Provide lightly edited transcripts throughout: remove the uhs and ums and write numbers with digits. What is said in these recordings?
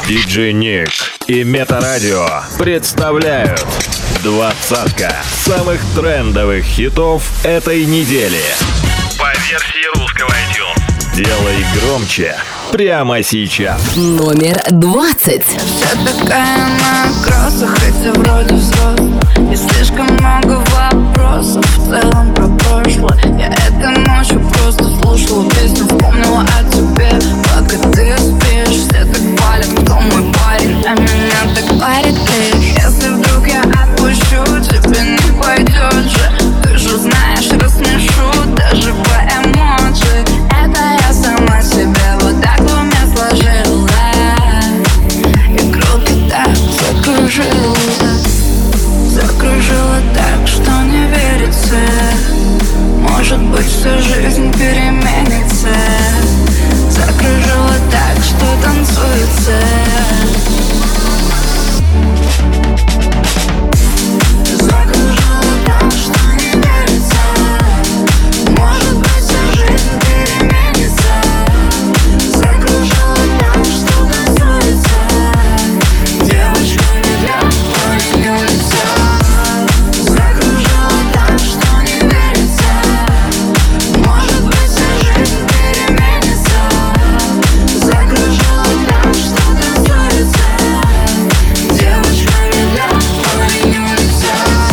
Диджей Ник и Метарадио представляют двадцатка самых трендовых хитов этой недели. По версии русского iTunes. Делай громче прямо сейчас. Номер 20. Вся такая на кроссах, хотя вроде взрослый. И слишком много вопросов в целом про прошлое. Я этой ночью просто слушала песню, вспомнила о тебе. Пока ты спишь, все так палят, кто мой парень, а меня так парит лишь. Если вдруг я отпущу, тебе не пойдет же. Ты же знаешь, рассмешу даже по эмоджи. Это я сама себе вот так в уме сложила. И круто так закружила так, что не верится. Может быть, всю жизнь переменится. Закружила так, что танцуется. Закружила так, что не верится. Может быть, вся жизнь переменится. Закружила так, что танцуется. Девочка не для твоей улицы. Закружила так, что не верится. Может быть, вся жизнь переменится. Закружила так, что танцуется. Девочка не для твоей улицы.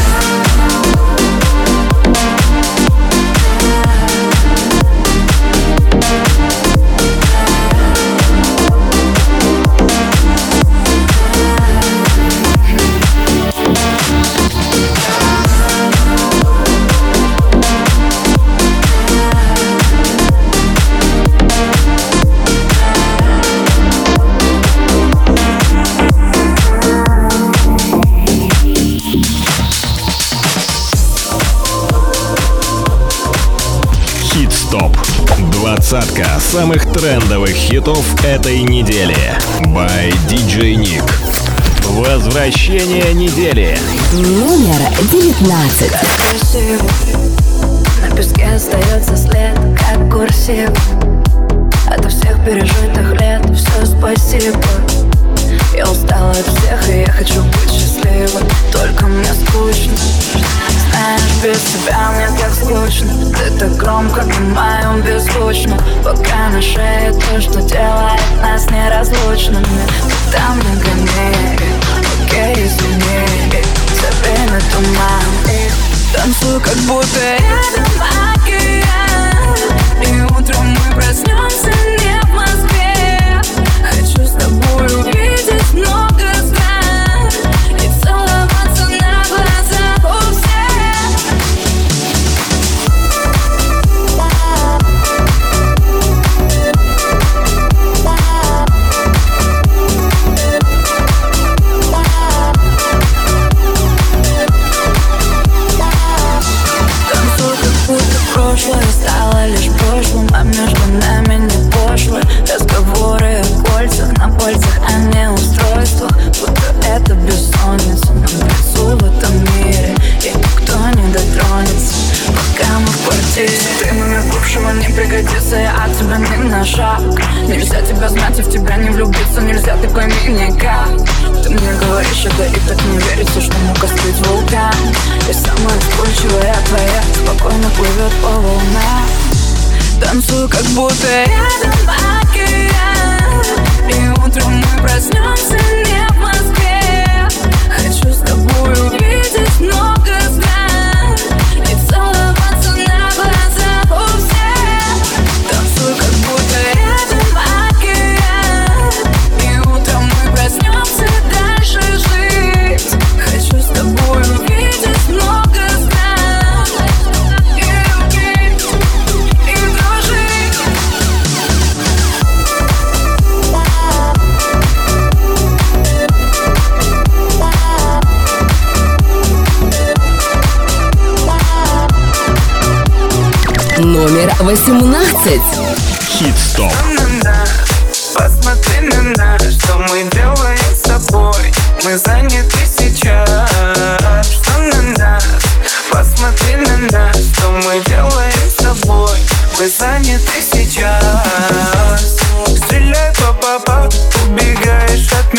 Хит-стоп. Двадцатка самых трендовых хитов этой недели. By DJ Ник. Возвращение недели. Номер 19. Красиво. На песке остается след, как курсив. Ото всех пережитых лет все спасибо. Я устала от всех, и я хочу быть счастливой. Только мне скучно. Знаешь, без тебя мне так скучно. Ты так громко на моем беззвучно. Пока на шее то, что делает нас неразлучными. Там на гоне, окей, извини. За время туман и танцую, как будто рядом океан. И утром мы проснемся не в Москве. Хочу с тобой увидеть много стран и целоваться на глазах у всех. Танцую, как будто прошлое стало лишь прошлым, а между нами не пошлые разговоры о кольцах на пальцах, а не устройствах. Будто это бессонница нам к лицу в этом мире, и никто не дотронется, пока мы в квартире. Ты номер бывшего не пригодится, я от тебя ни на шаг. Нельзя тебя знать и в тебя не влюбиться, нельзя, ты пойми никак. Ты мне говоришь это и так не верится, что мог остыть вулкан. И самая вспыльчивая твоя спокойно плывет по волнам. Танцую, как будто рядом океан. И утром мы проснемся не в Москве. Хочу с тобой увидеть много стран и целоваться на глазах у всех. Танцую, как будто рядом океан. И утром мы проснемся дальше жить. Хочу с тобой увидеть много стран и любить, и дружить. Номер 18. Хит-стоп. Посмотри на нас, что мы делаем с тобой. Мы заняты сейчас. Что на нас? Посмотри на нас, что мы делаем с тобой. Мы заняты сейчас. Стреляй по попа, убегаешь от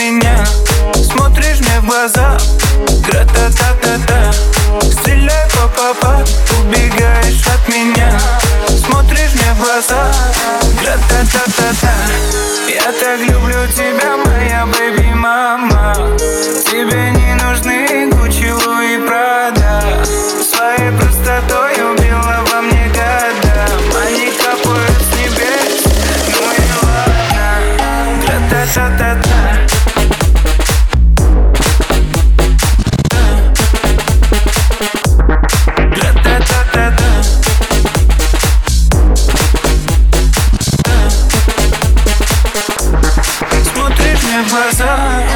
Смотришь мне в глаза.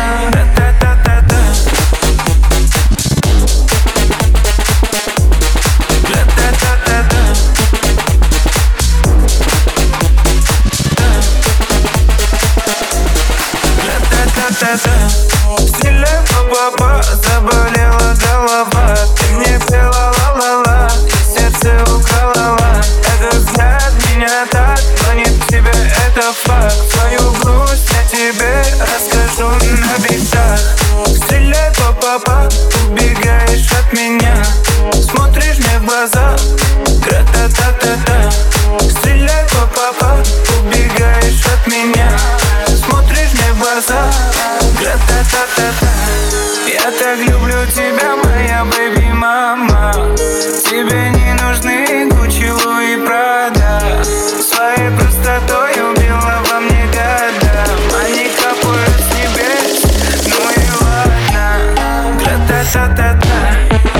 Стреляй по-папа, заболела голова. Ты мне пела ла-ла-ла, и сердце уколола. Этот взгляд меня так манит к тебе, это факт. Свою грусть я тебе расскажу на битах. Стреляй по-папа, убегаешь от меня. Смотришь мне в глаза, гра-та-та-та-та. Стреляй по-папа, убегаешь от меня. Смотришь мне в глаза, гра-та-та-та-та. Я так люблю тебя, моя бэби-мама. Тебе не нужны Гуччи, Луи, Прада. Своей простотой убила во мне года. Они капают с небес, ну и ладно. Гра-та-та-та-та.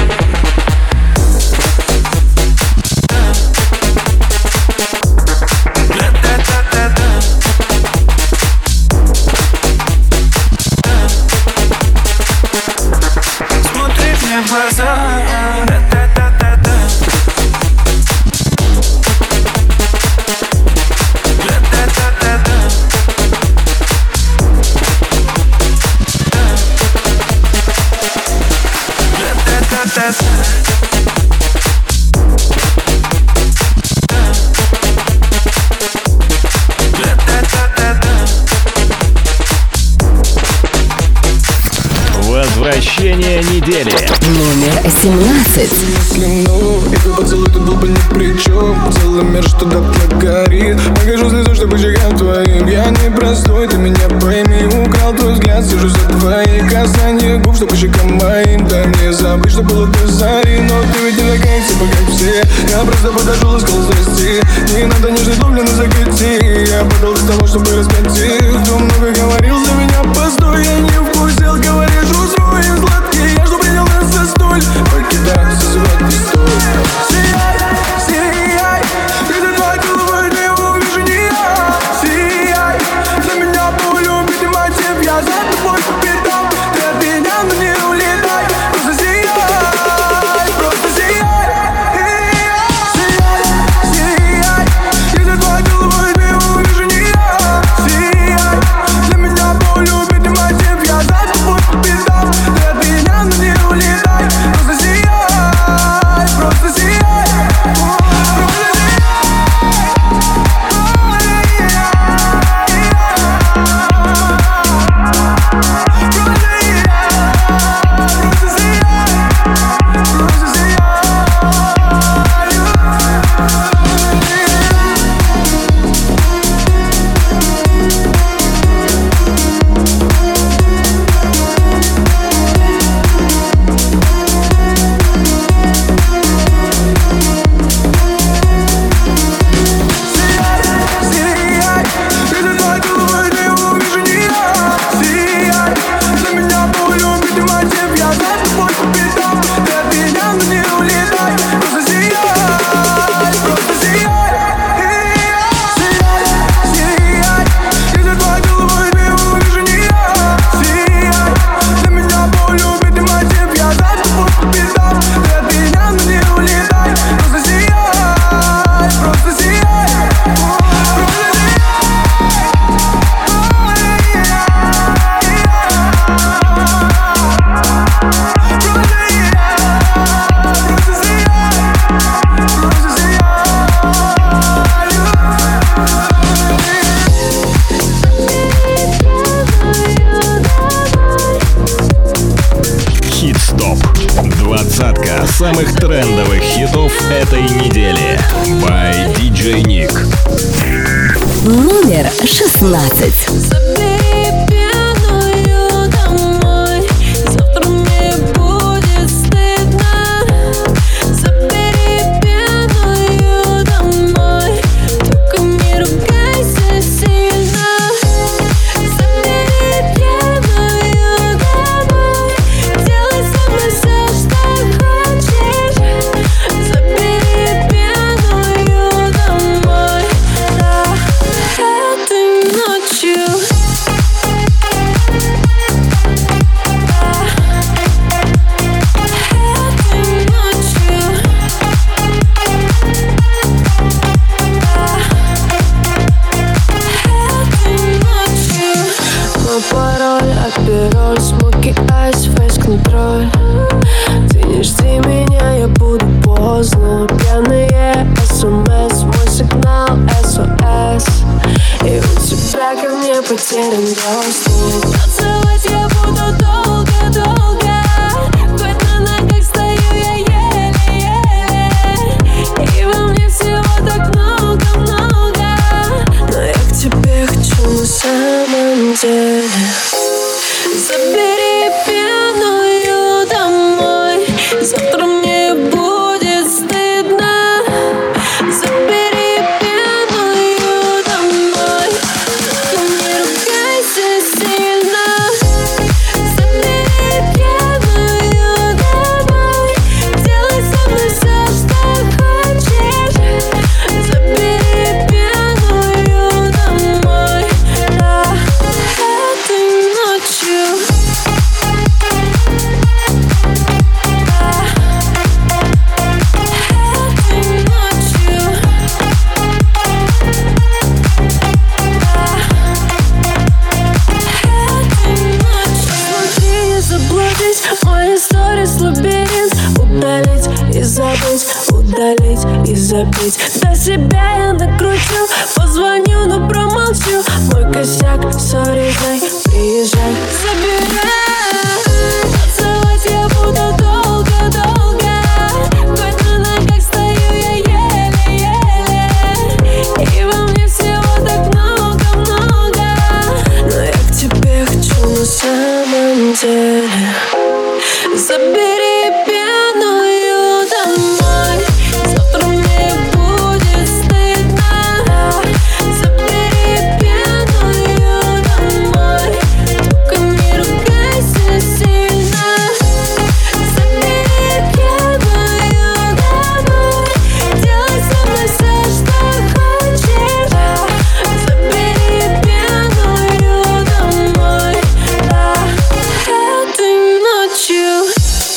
Смотришь мне в глаза. Ра-та-та-та-та. Ра-та-та-та-та. Ра-та-та-та-та. Возвращение недели. Номер 17. Взглянул, и твой поцелуй тут был бы ни при чем. Целый мир, что так горит. Покажу слезу, что по щекам твоим. Я не простой, ты меня пойми. Украл твой взгляд, сижу за твои касания губ, что по щекам моим. Дай мне забыть, что было до зари. Но ты ведь не такая, типа как все. Я просто подошел и сказал здрасте. Не надо нежный дубль на закрытии. Я подал для того, чтобы распять их. Кто много говорил за меня, постой. Я не вкусил, говоришь, узру и сладкий. Я жду принял нас за столь. Покидай, созывать не стоит. Сияй, сияй. Если твой голубой не увижу не я. Сияй, для меня полюбит и мотив. Я за тобой по пятам. Ты от меня, но не улетай. Просто сияй, просто сияй. Сияй, сияй. Если твой голубой не увижу не я. Сияй, для меня полюбит и мотив. Я за тобой по пятам. Ты от меня, но не улетай. Просто сияй, просто сияй. Самых трендовых хитов этой недели. By DJ Nick. Номер 16. Забери пьяную домой. Завтра мне будет стыдно. Забери пьяную домой. Только не ругайся сильно. Забери перо, смоки, айс, фейс-контроль. Ты не жди меня, я буду поздно. Пьяные СМС, мой сигнал SOS. И у тебя ко мне потерян доступ. Танцевать я буду долго-долго. Хоть на ногах стою я еле-еле. И во мне всего так много-много. Но я к тебе хочу на самом деле. Забери пьяную домой. Завтра мне будет стыдно. Забери пьяную домой. Только не ругайся сильно. Забери пьяную домой. Делай со мной все, что хочешь. Забери пьяную домой. Да, этой ночью. Мои сторис лабиринт. Удалить и забыть, удалить и забить. До себя я накручу, позвоню, но промолчу. Мой косяк, сори, дай, приезжай, забирай. Танцевать я буду долго-долго. Хоть на ногах стою я еле-еле. И во мне всего так много-много. Но я к тебе хочу на самом деле. Забери пьяную домой. Завтра мне будет стыдно. Забери пьяную домой. Только не ругайся сильно. Забери пьяную домой. Делай со мной все, что хочешь. Забери пьяную домой. Да, этой ночью.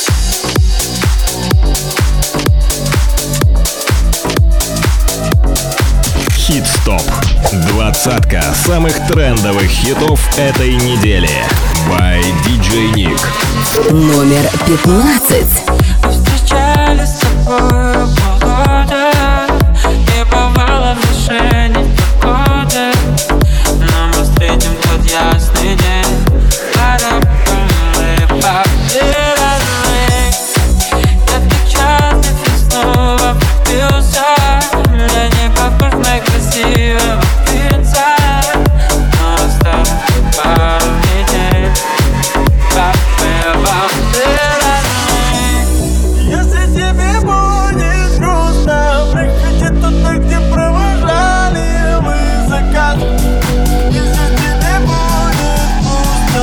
Хит-стоп. Двадцатка самых трендовых хитов этой недели. By DJ Nick. Номер 15. Мы встречались с тобой полгода. Не бывало в душе непогоды. Но мы встретим тот ясный день. Параболы, папирозы. Я так часто ты снова влюбился. Я не похож на красивого принца. Но осталось пару недель. Если тебе будет грустно, приходи туда, где провожали мы закат. Если тебе будет пусто,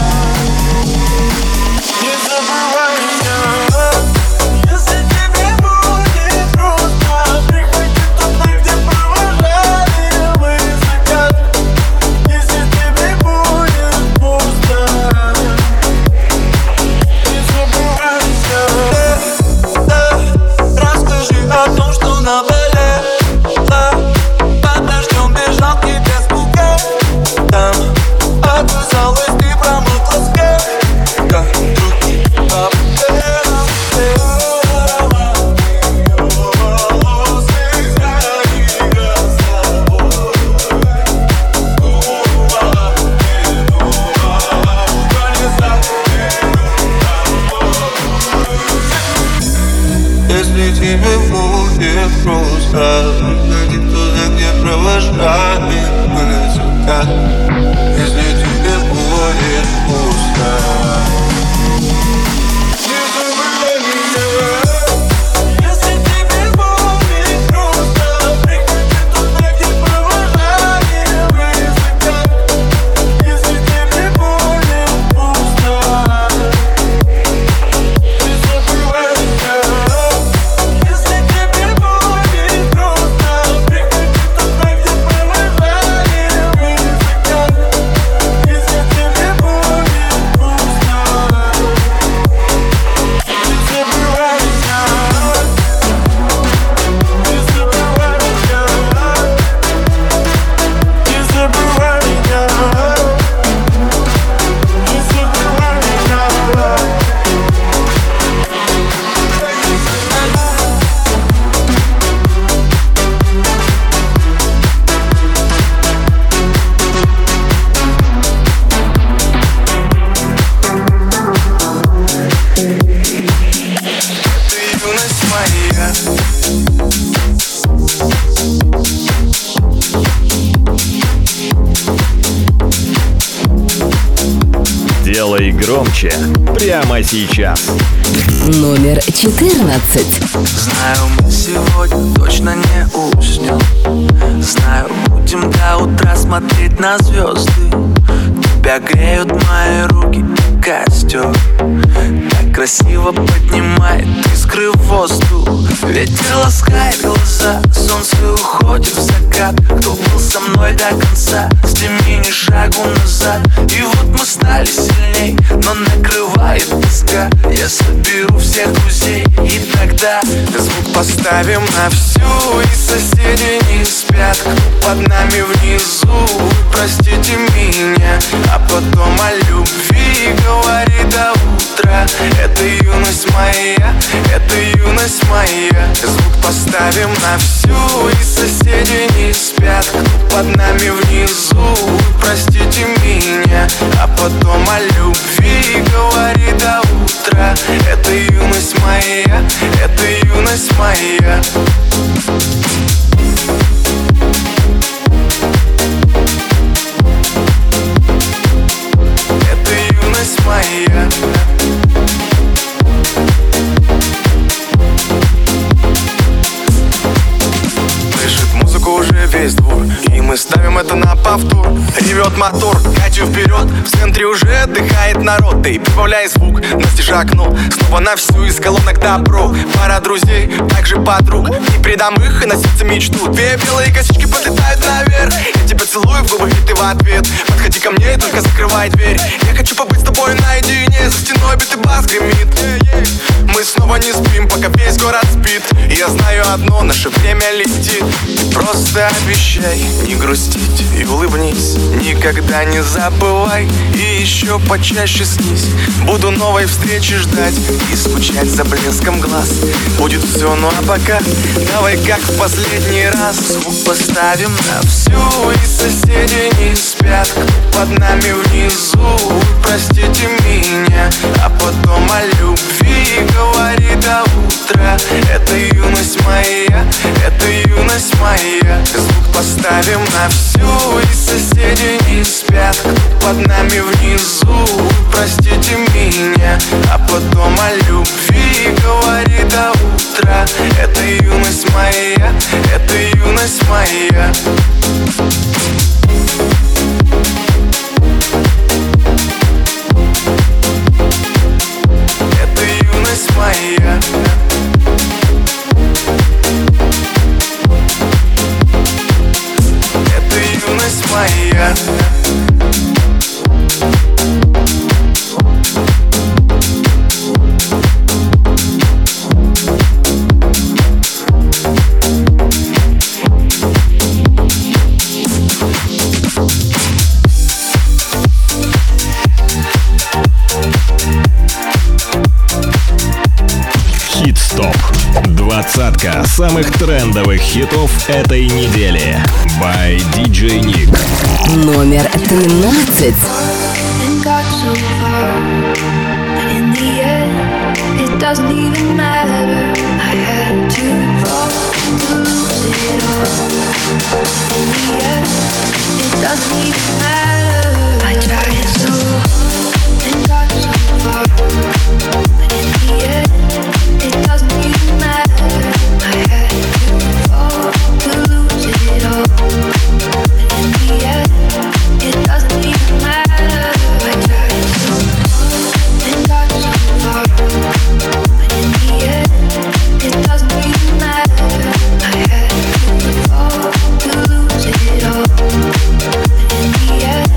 не забывай меня. Если тебе будет грустно, приходи туда, где провожали мы закат. Если тебе будет пусто, расскажи о том, что наболело. Под дождем бежал к тебе с букетом. Оказалось, ты промокла с как другие папелом. Аромат ее волос и книга с тобой. Думала, не думала, угонится. Если тебе будет грустно, приходи туда, где провожали мы закат. Если тебе будет пусто, не забывай меня. Если тебе будет грустно, приходи туда, где провожали мы закат. Если тебе будет пусто, не забывай меня. Если тебе будет грустно, приходи туда, где провожали мы закат. Сделай громче прямо сейчас. Номер 14. Знаю, мы сегодня точно не уснем. Знаю, будем до утра смотреть на звезды. Тебя греют мои руки, костер так красиво поднимает искры в воздух. Ветер ласкает глаза, солнце уходит в закат. Кто был со мной до конца, сними ни шагу назад. И вот мы стали сильней, но накрывает тоска. Я соберу всех друзей, и тогда звук поставим на всю. И соседи не спят, кто под нами внизу. Простите меня, а потом о любви говори до утра. Это юность моя, это юность моя. Звук поставим на всю. И соседи не спят, кто под нами внизу. Простите меня, а потом о любви говори до утра. Это юность моя, это юность моя. Это юность моя. Слышит музыку уже весь двор, и мы ставим это на повтор. Ревет мотор, катю вперед, в центре уже отдыхает народ. Ты прибавляй звук, настежи окно, снова на всю из колонок добро. Пара друзей, также подруг, не предам их и на сердце мечту. Две белые косички подлетают наверх, я тебя целую в губы, и ты в ответ. Подходи ко мне и только закрывай дверь. Я хочу побыть с тобой наедине, за стеной битый бас гремит. Мы снова не спим, пока весь город спит. И я знаю одно, наше время летит. Просто обещай не грустить и улыбнись. Никогда не забывай и еще почаще снись. Буду новой встречи ждать и скучать за блеском глаз. Будет все, ну а пока давай как в последний раз. Звук поставим на всю. И соседи не спят, кто под нами внизу. Простите меня, а потом о любви говори до утра. Это юность моя, это юность моя. Звук поставим на всю. И соседи не спят, кто под нами внизу. Простите меня, а потом о любви говори до утра. Это юность моя, это юность моя. Это юность моя. Это юность моя. Хит-стоп. Двадцатка самых трендовых хитов этой недели. By DJ Nick. Номер 13. And got so far, but in the end, it doesn't even matter. I had to fall to lose it all. In the end, it doesn't even matter. I tried so hard and got so far, but in the end, it doesn't even matter. I had to fall to lose it all. But in the end, it doesn't even matter. I tried so hard and got so far, but in the end, it doesn't even matter. I had to fall to lose it all. But in the end,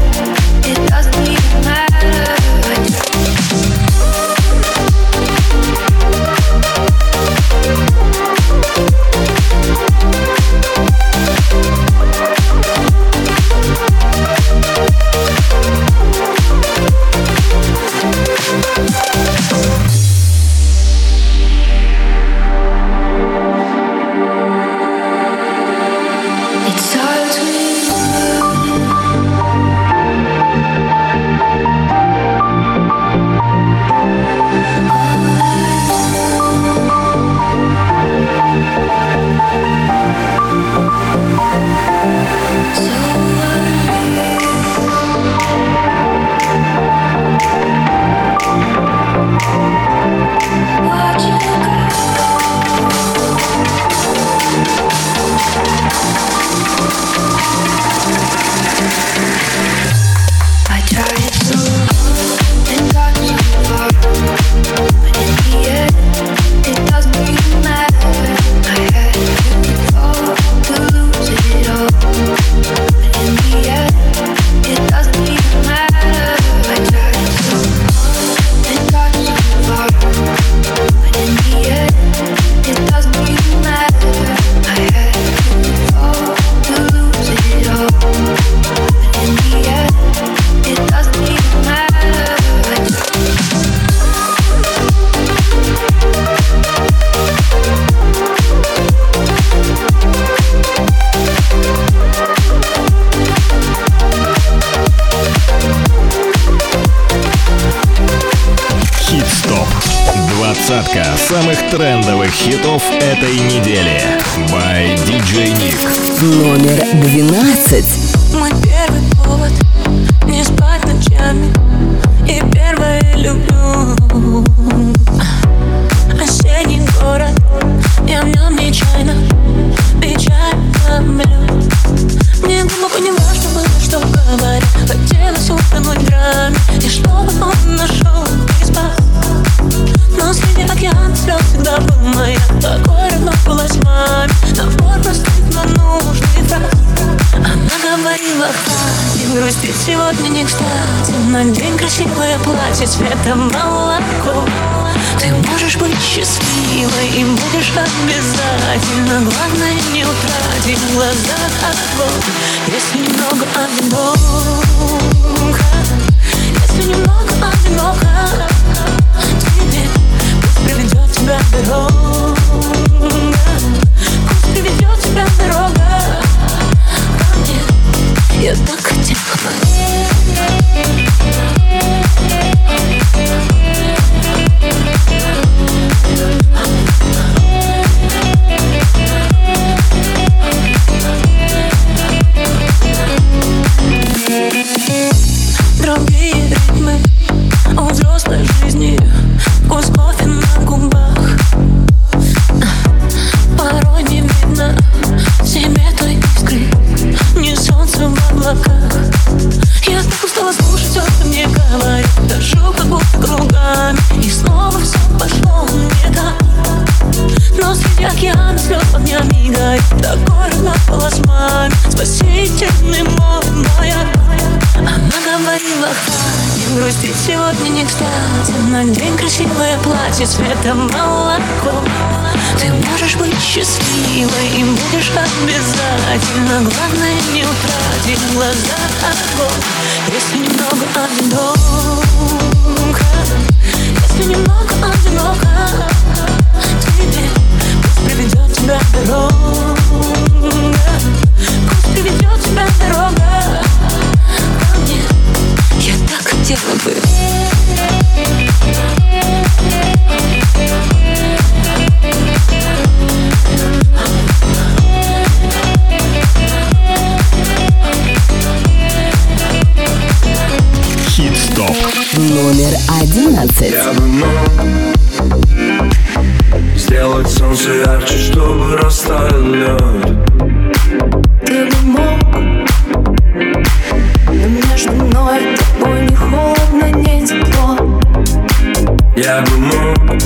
Двадцатка самых трендовых хитов этой недели. By DJ Nick. Номер 12. Мой первый повод не спать ночами и первое люблю. Осенний город, я в нем нечаянно печаль ловлю. Мне глубоко не важно было, что говорят. Хотелось утонуть в драме, и чтобы он нашел и спас. Но среди океана слез всегда был моя. Такой родной голос маме, набор простых, но нужных фраз. Она говорила, хватит грустить, сегодня не кстати. Надень красивое платье цвета молоко. Ты можешь быть счастливой и будешь обязательно. Главное не утратить в глазах огонь. Если немного одиноко, если немного одиноко, тебе пусть приведет тебя дорога. Пусть приведет тебя дорога ко мне. Я так хотела бы. Другие ритмы у взрослой жизни, вкус кофе на губах. Порой не видно в себе той искры, не солнце в облаках. Я так устала слушать все, что мне говорят. Хожу как будто кругами, и снова все пошло не так. Но среди океана слез огнями горит. Такой родной голос маме, спасительный мой маяк. Она говорила, хватит грустить, сегодня не кстати. Надень красивое платье цвета молоко. Ты можешь быть счастливой и будешь обязательно. Главное не утратить в глазах огонь. Если немного одиноко, если немного одиноко, тебе пусть приведет тебя дорога. Пусть приведет тебя дорога ко мне. Я так хотела бы. Хит-стоп. Номер 11. Я бы мог сделать солнце ярче, чтобы растаял лед. Ты бы мог, но между мной и тобой не холодно, не тепло. Я бы мог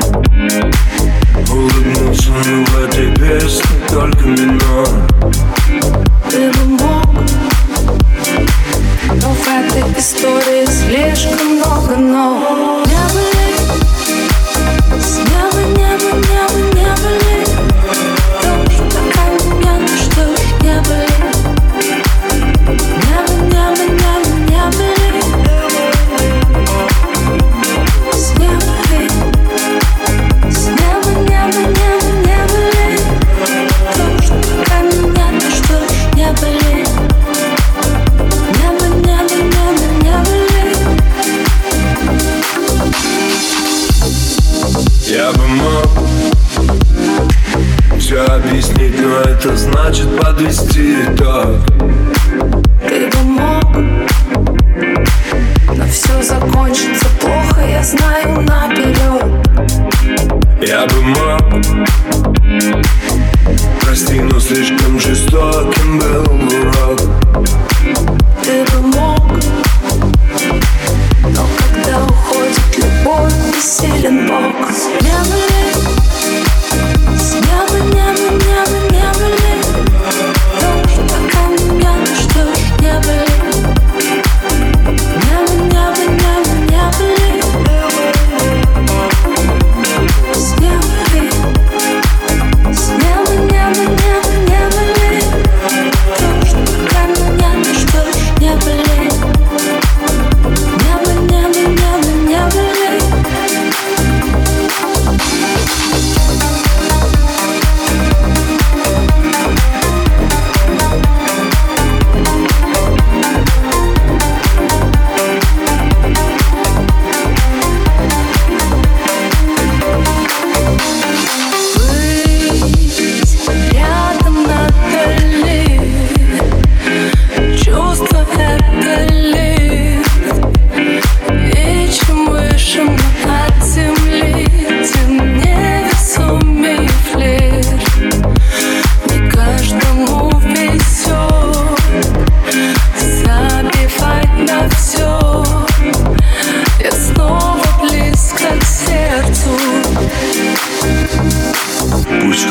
улыбнуться, но в этой песне только минор. Ты бы мог, но в этой истории слишком много но. Небо ли, с неба, небо, небо, небо ли, дождь такая меня, что ж небо ли. Небо, небо, небо, небо ли, с неба ли, с неба, небо, небо, небо ли, дождь такая меня, что ж небо ли. Небо, небо, небо, небо ли. Я бы мог все объяснить, но это значит подвести итог. Ты бы мог, но все закончится плохо, я знаю наперед. Я бы мог, прости, но слишком жестоким был урок. Ты бы мог, но когда уходит любовь, бессилен Бог. Небо ли, с неба, небо, небо, небо ли, дождь пока меня, что ж небо ли. Небо, небо, небо, небо ли, с неба ли.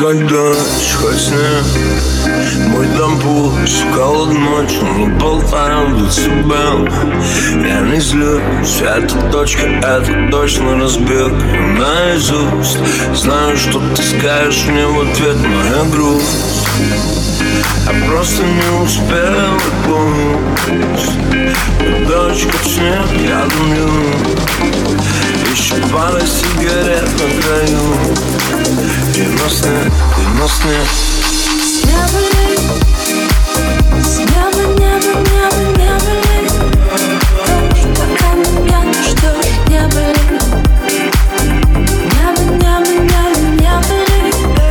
хоть дождь, хоть снег. Мой дом пусть, холод ночью, мы болтаем децибел. Я не злюсь, эта точка, это точно разбег. Наизусть знаю, что ты скажешь мне в ответ, моя грусть. Я просто не успел и помню. Дождь, как снег, рядом льну. Еще пара сигарет на краю. И на снег, и на снег. С неба лей, с неба, небо, небо, небо лей. Дождь, пока не пьян, что ж, небо лей. Небо, небо, небо, небо лей.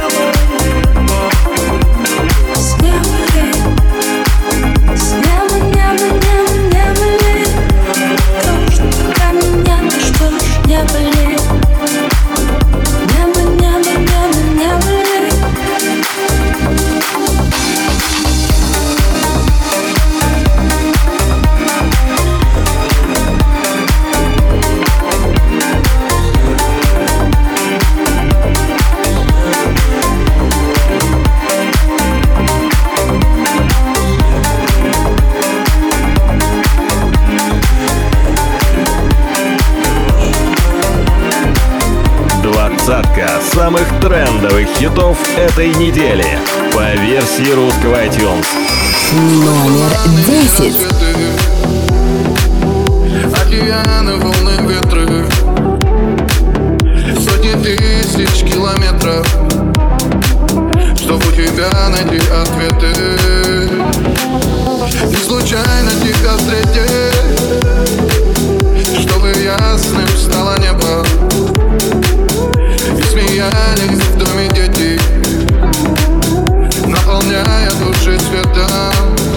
С неба лей, с неба, небо, небо, небо лей. Дождь, пока не пьян, что ж, небо лей. Небо, небо, небо, небо лей. Двадцатка самых трендовых хитов этой недели по версии русского iTunes. Номер 10. Океаны, волны, ветры, сотни тысяч километров, чтобы у тебя найти ответы. Не случайно тебя встретить, чтобы ясным стало небо. И смеялись в доме дети, наполняя души цветом.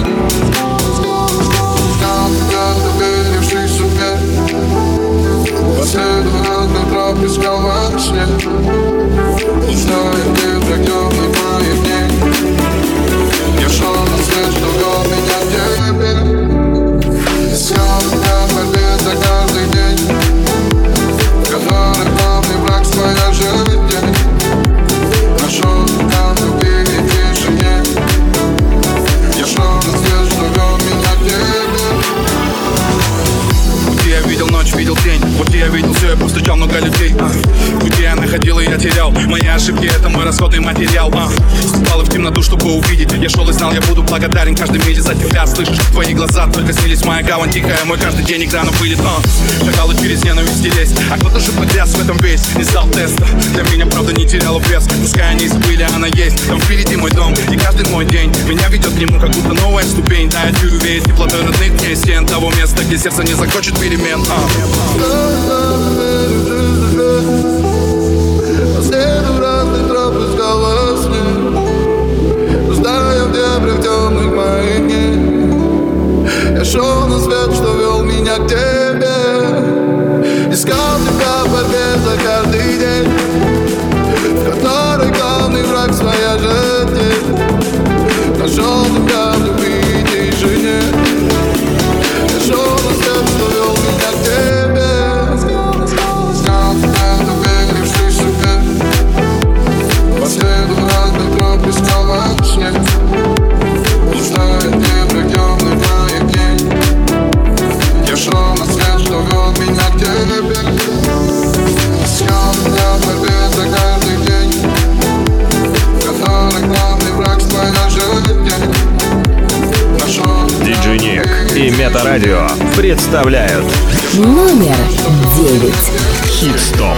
Доверившийся мне, по следу разных троп искал во сне. Устали ты так темный моих дней. Я шел на свет, что вел меня к тебе. Искал тебя в борьбе за каждый день, который главный враг своя жизнь. Нашел тебя в любви и тишине. Я шел на свет, что вел меня к тебе. Пути я видел ночь, видел день. Пути я видел все, я повстречал много людей. Пути я находил и я терял. Мои ошибки — это мой расходный материал. Вступал в темноту, чтобы увидеть. Я шел и знал, я буду благодарен каждой мире за тебя. Слышишь, твои глаза только снились, моя гавань тихая. Мой каждый день экрана вылет. Шагал и через ненависть и лезть. А кто-то же потряс в этом весь. Не сдал теста. Для меня правда не теряла вес. Пускай они забыли, она есть. Там впереди мой дом и каждый мой день меня ведет к нему, как будто новая ступень. Да, я чую весь теплотой родных мне стен. Того места, где сердце не захочет перемен. По следу разных троп искал во сне. Зная в дебрях темных моих дней. Я шел на свет, что вел меня к тебе. Искал тебя в борьбе за каждый день, в которой главный враг своя жизнь. Нашел тебя в любви и тишине. Я шел на свет, что вел меня к тебе. Искал тебя, доверившись себе. По следу разных троп искал во сне. Пустая дебрях темных моих дней. Я шел на свет, что вел меня к тебе. Искал тебя в борьбе за каждый день, в которой главный враг своя жизнь. Диджей Ник и Метарадио представляют Номер 9. Хит-стоп.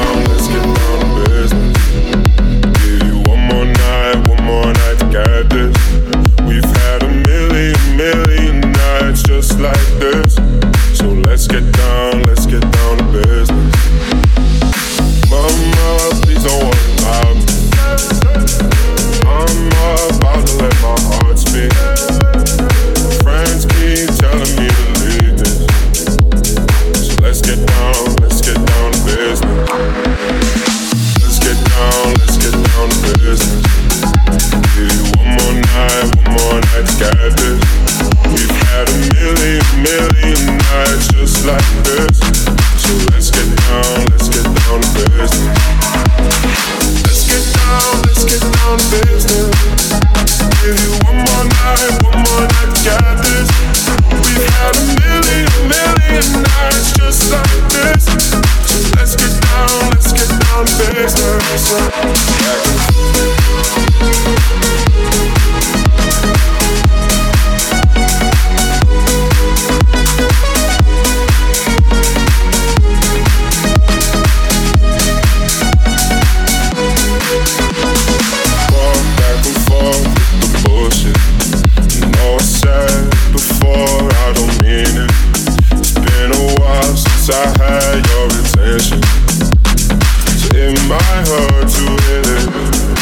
I had your attention. So it might hurt to hit it.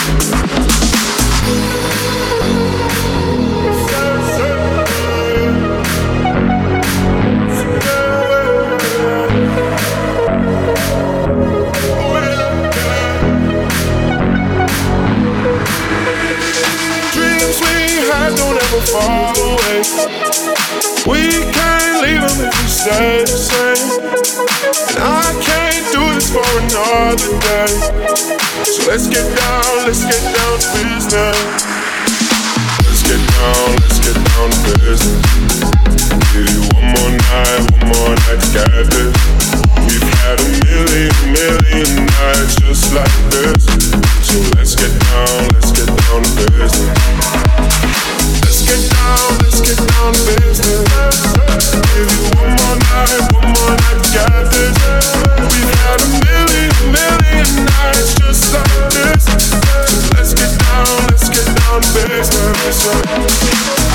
Dreams we had don't ever fall away. We can't leave them if we stay the same. And I can't do this for another day. So let's get down to business. Let's get down to business. Give you one more night to get this. We've had a million nights just like this. So let's get down to business. Let's get down to business. Give you one more night to get this. We've had a million nights just like this. So let's get down to business.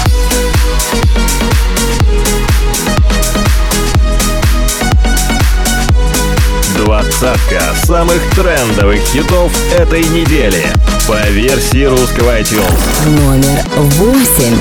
Двадцатка самых трендовых хитов этой недели по версии русского iTunes. Номер 8.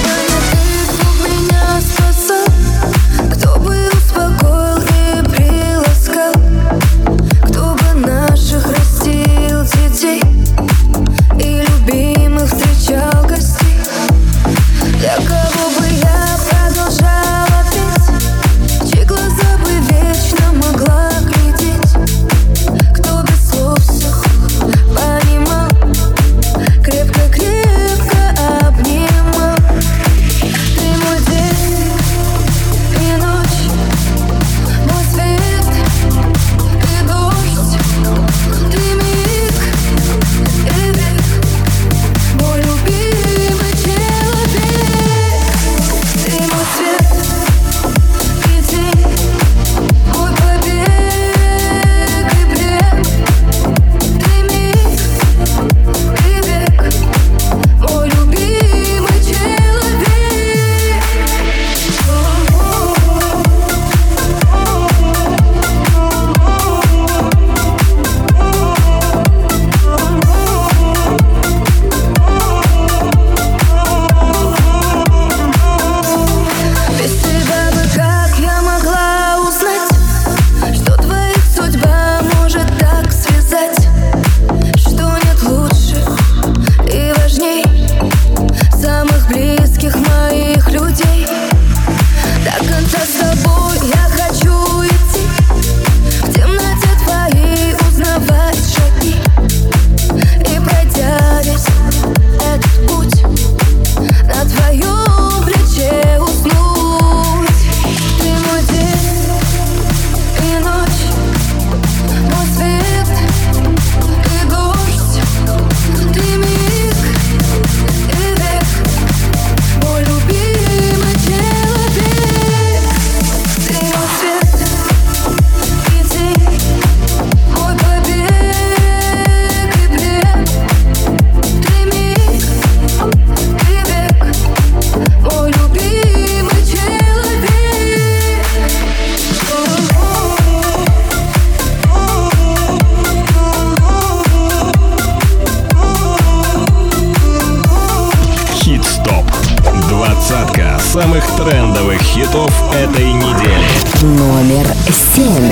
самых трендовых хитов этой недели. Номер 7.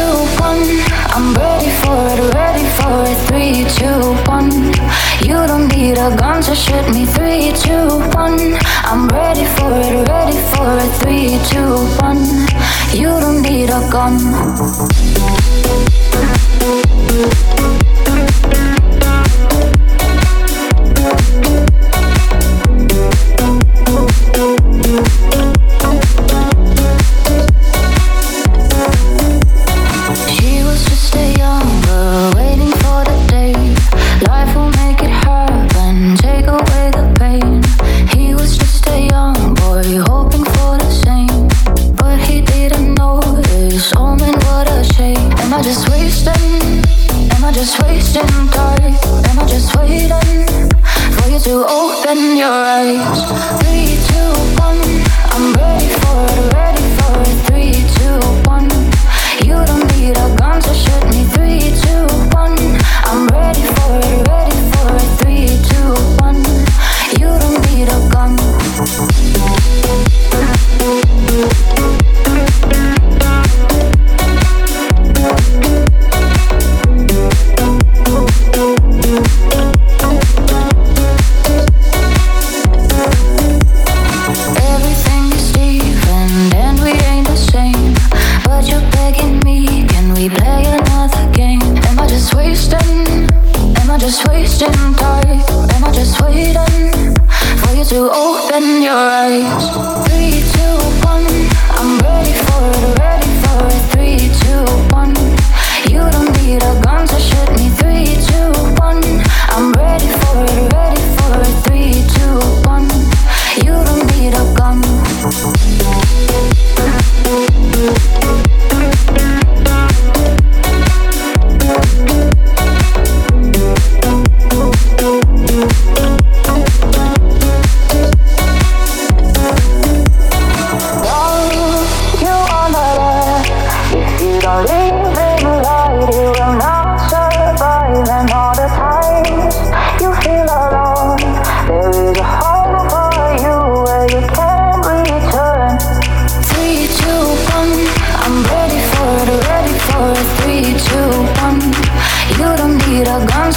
I'm ready for it, 3, 2, 1. You don't need a gun to shoot me, 3, 2, 1. I'm ready for it, 3, 2, 1. You don't need a gun.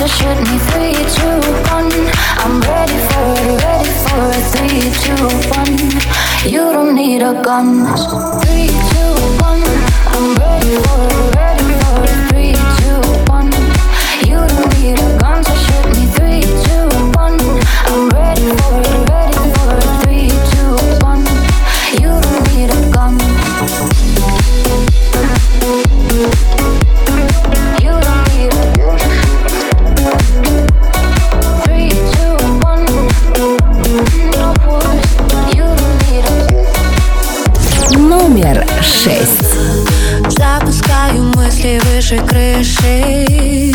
so shoot me 3, 2, 1. I'm ready for it, 3, 2, 1. You don't need a gun. 3, 2, 1. I'm ready for it, 3, 2, 1. You don't need a gun, so shoot me 3, 2, 1. I'm ready for it, 3, 2, 1. You don't need a gun. Номер 6. Запускаю мысли выше крыши.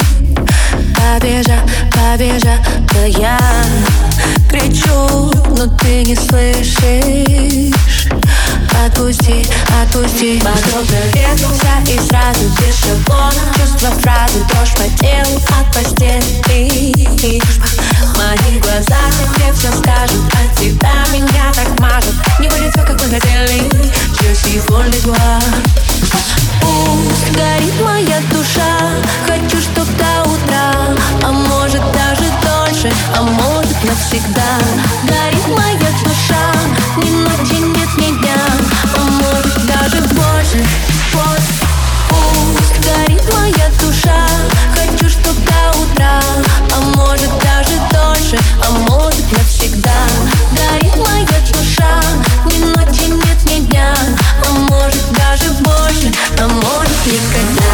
Побежа, да я кричу, но ты не слышишь. Отпусти, вокруг навернулся и сразу без шаблона. Чувства фразы, дрожь по телу от постели. В моих глазах тебе все скажут, от тебя меня так мажут. Не будет все, как мы хотели. Je suis folle de toi. Пусть горит моя душа, хочу, чтоб до утра, а может даже дольше, а может навсегда. Горит моя душа, ни ночи нет, ни дня, а может даже больше. Пусть горит моя душа, хочу, чтоб до утра, а может даже дольше, а может навсегда. Горит моя душа, ни ночи нет, ни дня, а может даже больше, а может никогда.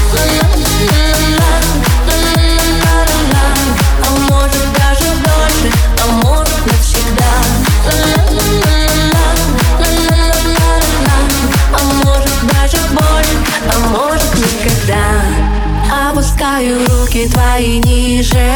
А может даже дольше, а может навсегда. А может даже больше, а может никогда. Опускаю руки твои ниже.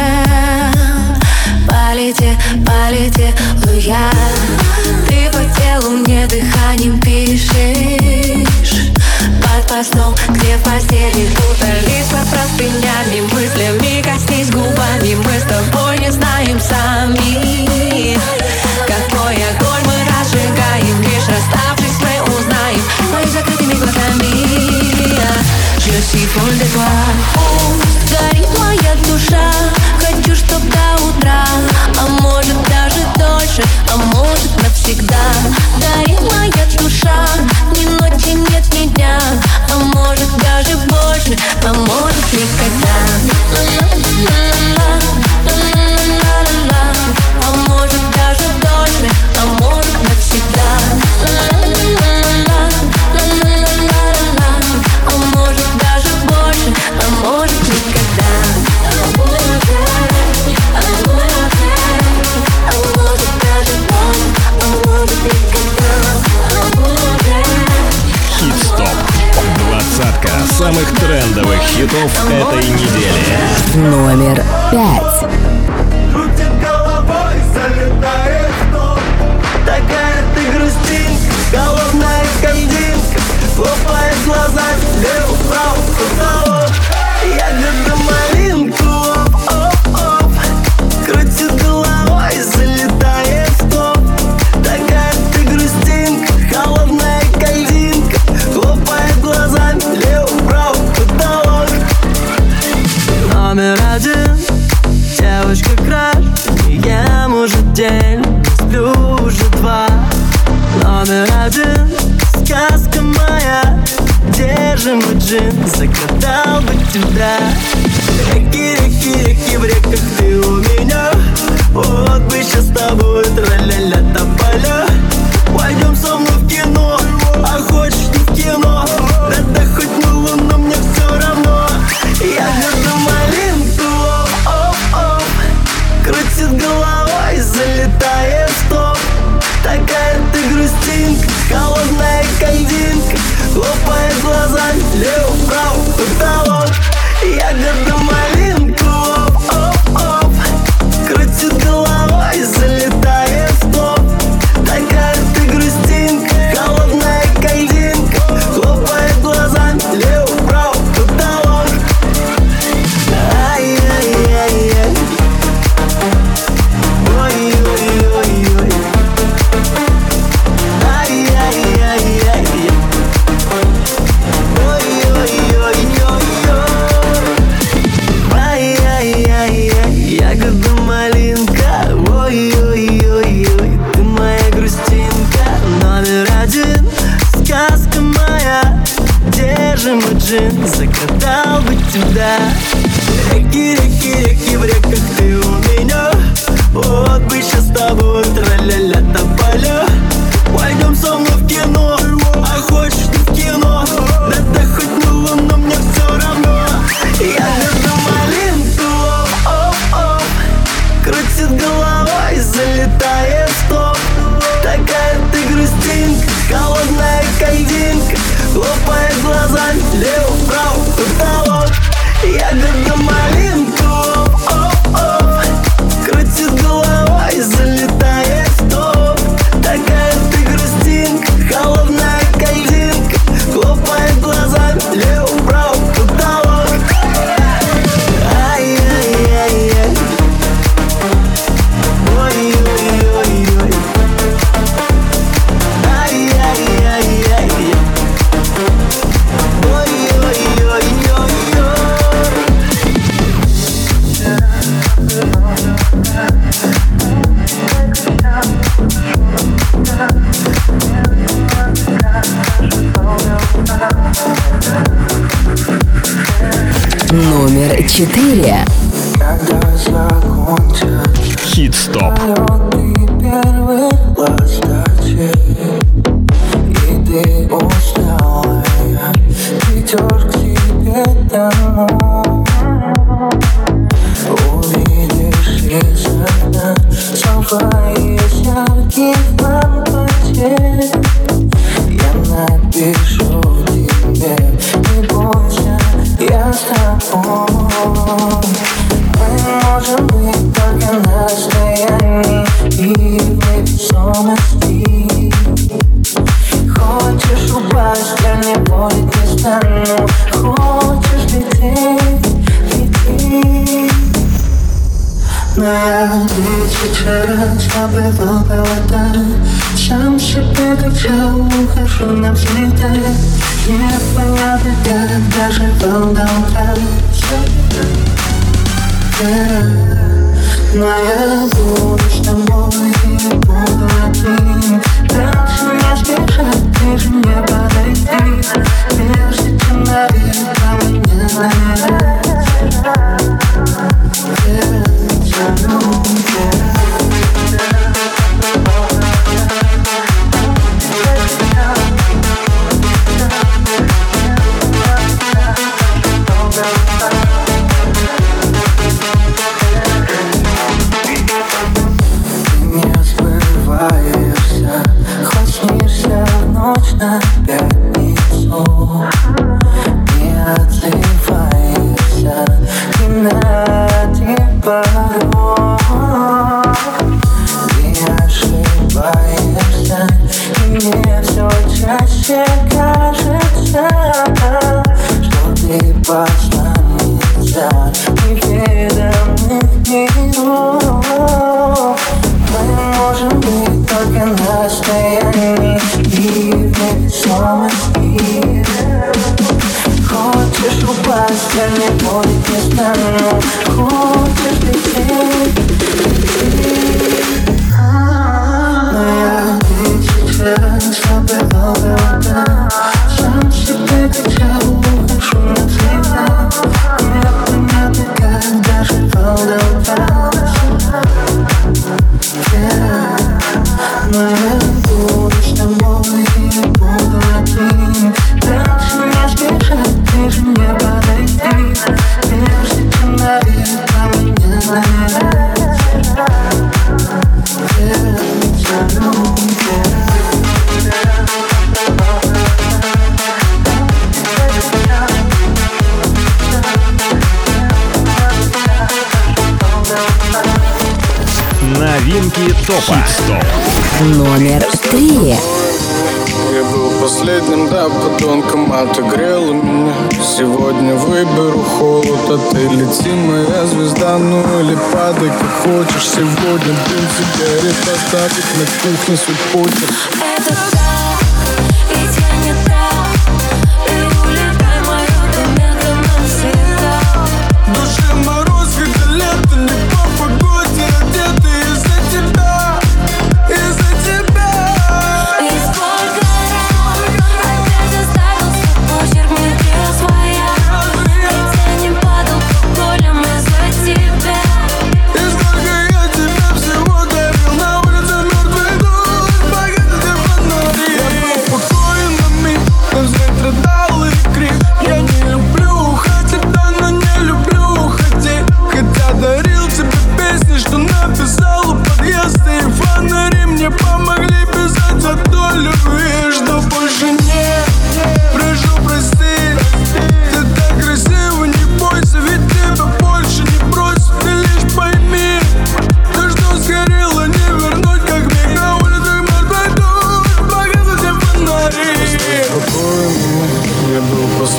Полетела я. Ты по телу мне дыханием пишешь. Под постом, где в постели путались под простынями. Мыслями коснись губами, мы с тобой не знаем сами. Какой огонь мы разжигаем, лишь расставшись мы узнаем. Мои закрытыми глазами Je suis folle de toi. Пусть горит моя душа, хочу, чтоб до утра, а может даже дольше, а может навсегда. Горит моя душа, ни ночи нет, ни дня, а может даже больше, а может никогда. А может даже дольше, а может навсегда. А может даже больше, а может никогда. А может даже больше, а может никогда. Хит-стоп. Двадцатка самых трендовых хитов этой недели. Номер 5. Крутит головой, залетает в топ. Такая ты грустинка, голодная кандинка. Хлопает глаза, левый, правый, потолок. Ягода малинку, оп-оп-оп. Крутит головой, залетает в топ. Такая ты грустинка, голодная кандинка. Хлопает глазами, левый, правый, потолок. Номер 1, девочка краш. Не ем уже день, сплю уже 2. Номер 1, сказка моя. Где же мой джин, закатал бы тебя. Реки в реках, ты у меня. Вот бы сейчас с тобой тра-ля-ля тополя. Пойдем со мной в кино, а хочешь не в кино. Да хоть на луну, мне все равно. Ягода малинку, оп-оп. Крутит головой, залетает в топ. Такая ты грустинка, холодная кандинка. Хлопает глазами, левый, правый, потолок. Ягода малинку, оп-оп-оп. Крутит головой, залетает в топ. Такая ты грустинка, холодная кандинка. Хлопает глазами, левый, правый, потолок. Ай-яй-яй-яй. Ой-ой-ой-ой. Ай-яй-яй-яй. Ой-ой-ой-ой. нежен, загадал бы тебя. Реки, реки, реки, в реках ты у меня. Вот бы сейчас с тобой тра-ля-ля тополя. Пойдем со мной в кино, а хочешь ты в кино? Да ты хоть на луну, мне все равно. Я люблю малинку, оп-оп. Крутит головой, залетает в топ. Такая ты грустинка, холодная кайдинка. Хлопает глазами, лево-вправо, потолок. Я люблю малинку, оп-оп. Крутит головой, залетает в топ. Такая ты грустинка, холодная кайдинка. Хлопает глазами, лево-вправо, потолок. Ай-яй-яй-яй. Ой-ой-ой-ой. Ай-яй-яй-яй. Ой-ой-ой-ой-ой. Номер 4. Хит-стоп. И ты устала, идешь к себе домой. Увидишь из окна свои яркие лампочки. Я напишу тебе, не бойся, я с тобой. Мы можем быть только на расстоянии и в невесомости. Хочешь упасть, я не болеть не стану. Хочешь лететь, лети. Но я ведь сейчас забывал провода. Сам себе кричал, ухожу на взлеты. Непонятно, как доживал до утра. Но я буду с тобой и буду одним. Дальше не сбежать, ближе мне подойти. Прежде чем навека меня замирать. На пятницу не отзываешься и на тебя не ошибаешься, и мне все чаще кажется, что ты посланница неведомых миров. Мы можем быть только на расстоянии и в невесомости. Хочешь упасть, я не болеть не стану. Хочешь лететь, лети. Но я ведь сейчас забывал провода. Сам себе кричал, ухожу на цвета. Непонятно, как доживал до утра. Но я буду с тобой и буду одним. Дальше не сбежать, ближе мне подойти. Прежде чем навека меня замирать. Новинки топа. Номер 3. Я был последним, да, подонком, отогрела меня. Сегодня выберу холод, а ты лети, моя звезда. Ну или падай, как хочешь. Сегодня дым сигарет оставить на кухне, суть похер. Это так, ведь я не так. И улетай мою до медленно навсегда. Душе мороз, когда лето, не по погоде, одеты из-за тебя, из-за тебя. И сколько раз опять оставился почерк мне своей.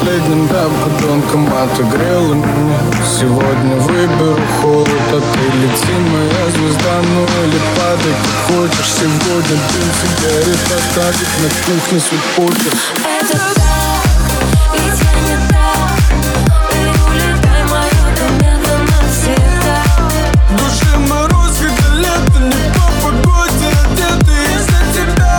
последним, да, подонком отогрела меня. Сегодня выберу холод, а ты лети, моя звезда. Ну или падай, как хочешь. Сегодня дым сигарет оставить на кухне свой покер. Это так, ведь я не так. Ты улетай, мое комета навсегда. В душе мороз, когда лето, не по погоде одеты. Из-за тебя,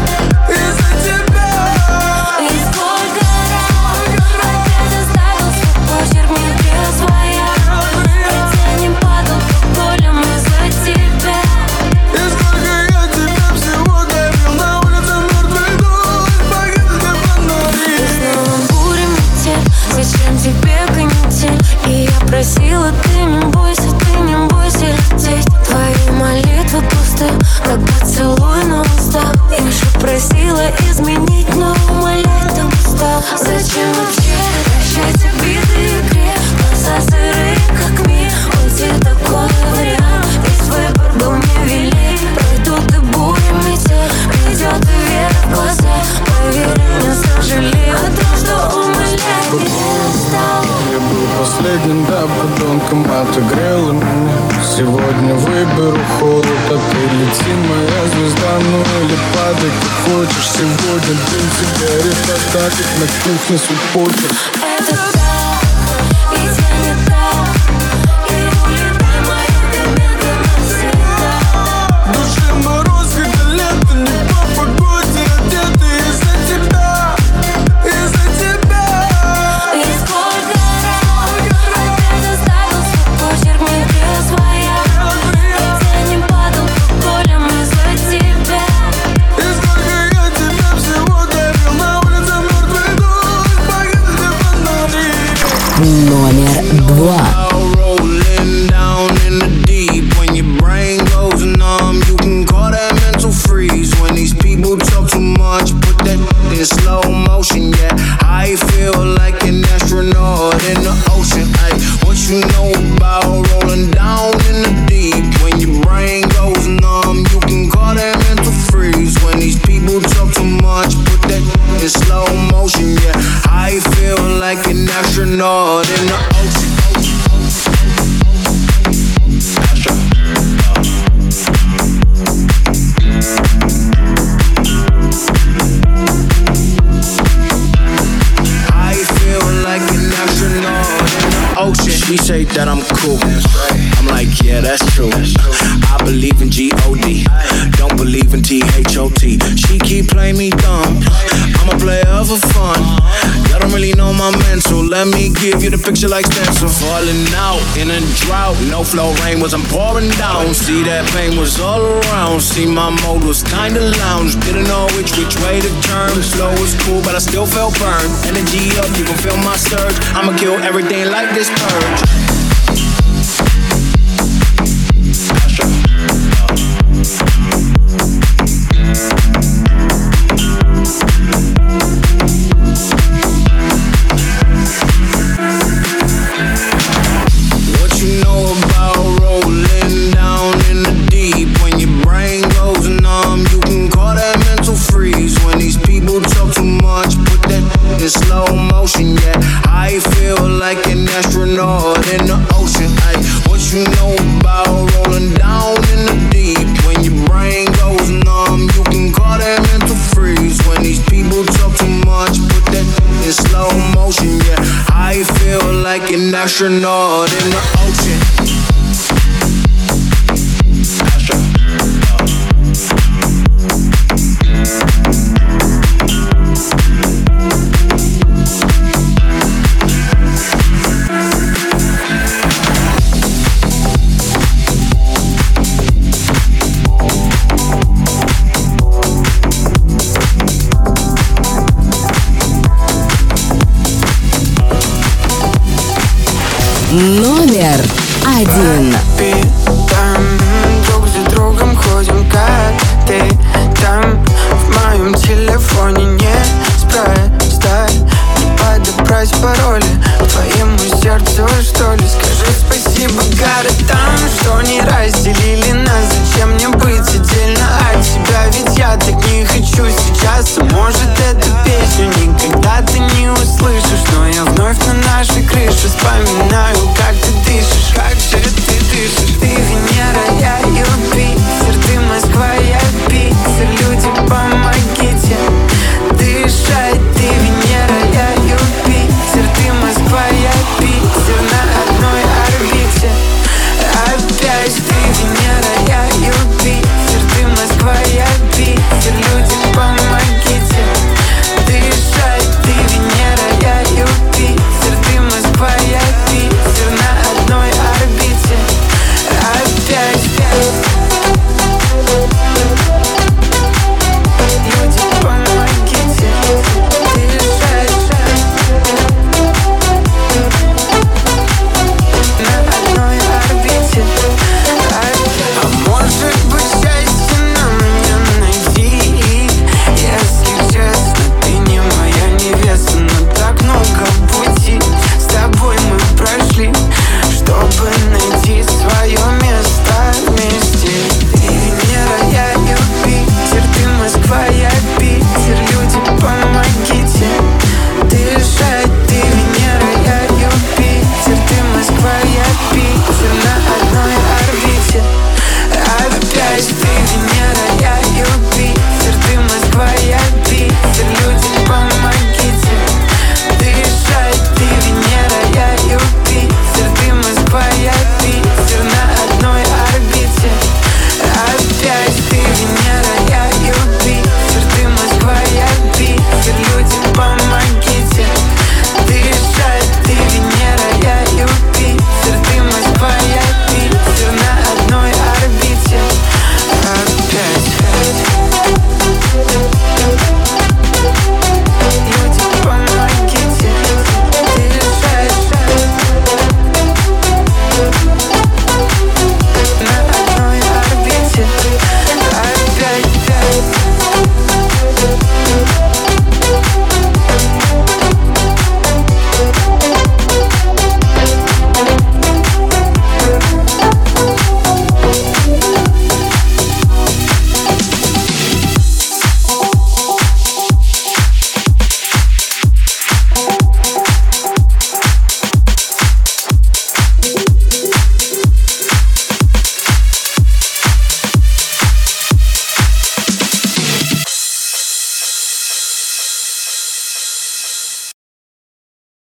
из-за тебя. И сколько раз опять оставил свой почерк, мне своя. Хотя не падал по полям из-за тебя. И сколько я тебя всего дарил. На улице мертвый дух, погибли фонари. Снова буря, метель, зачем тебе канитель? И я просила, ты не бойся лететь. Твои молитвы пусты, как поцелуй на устах. Я же просила изменить, но умолять там устал. Зачем вообще прощать обиды и грех? Глаза сырые, как мир, уйти такой вариант. Весь выбор был мне велик. Пройдут и буря, метель, придет и вера в глаза. Поверь, не сожалею о том, что умолять перестал. Я был последним, да, подонком отогрела меня. Сегодня выберу холод, а ты лети, моя звезда. Ну или падай, как хочешь. Сегодня дым сигарет оставить на кухне свой покер. Это так, ведь я не так. И улетай, моя комета навсегда. В душе мороз, когда лето, не по погоде одеты. Из-за тебя, из-за тебя. И сколько раз опять оставил свой почерк, мне своя. Хотя не падал по полям из-за тебя. И сколько я тебя всего дарил. На улице мертвый дух, погибли фонари. Номер 2. Rolling down in the deep. When your brain goes numb, you can call that mental freeze. When these people talk too much, put that in slow motion. Yeah, I feel like an astronaut in the ocean. Ay, what you know about rolling down in the deep? When your brain goes numb, you can call that mental freeze. When these people talk too much, put that in slow motion. Yeah, I feel like an astronaut in the ocean. She say that I'm cool. I'm like, yeah, that's true. I believe in G-O-D, don't believe in T-H-O-T. She keep playing me dumb. I'm a player for fun. Y'all don't really know my mental. Let me give you the picture like stencil. Falling out in a drought. No flow rain was I'm pouring down. See that pain was all around. See my mode was kinda lounge. Didn't know which way to turn. Slow was cool, but I still felt burned. Energy up, you can feel my surge. I'ma kill everything like this purge. What you know about rolling down in the deep? When your brain goes numb, you can call that mental freeze. When these people talk too much, put that in slow motion. Yeah, I feel like an astronaut in the ocean. Ay, what you know about rolling down in the deep? When your brain goes numb, you can call that mental freeze. When these people talk too much, put that in slow motion. Yeah, I feel like an astronaut in the ocean. Номер 1. Там друг за другом ходим, как ты там. В моем телефоне не спроста не подобрать пароли к твоему сердцу, что ли. Скажи спасибо городам, что не разделили нас. Зачем мне быть отдельно от тебя? Ведь я так не хочу сейчас. А может, эту песню никогда ты не услышишь, но меня.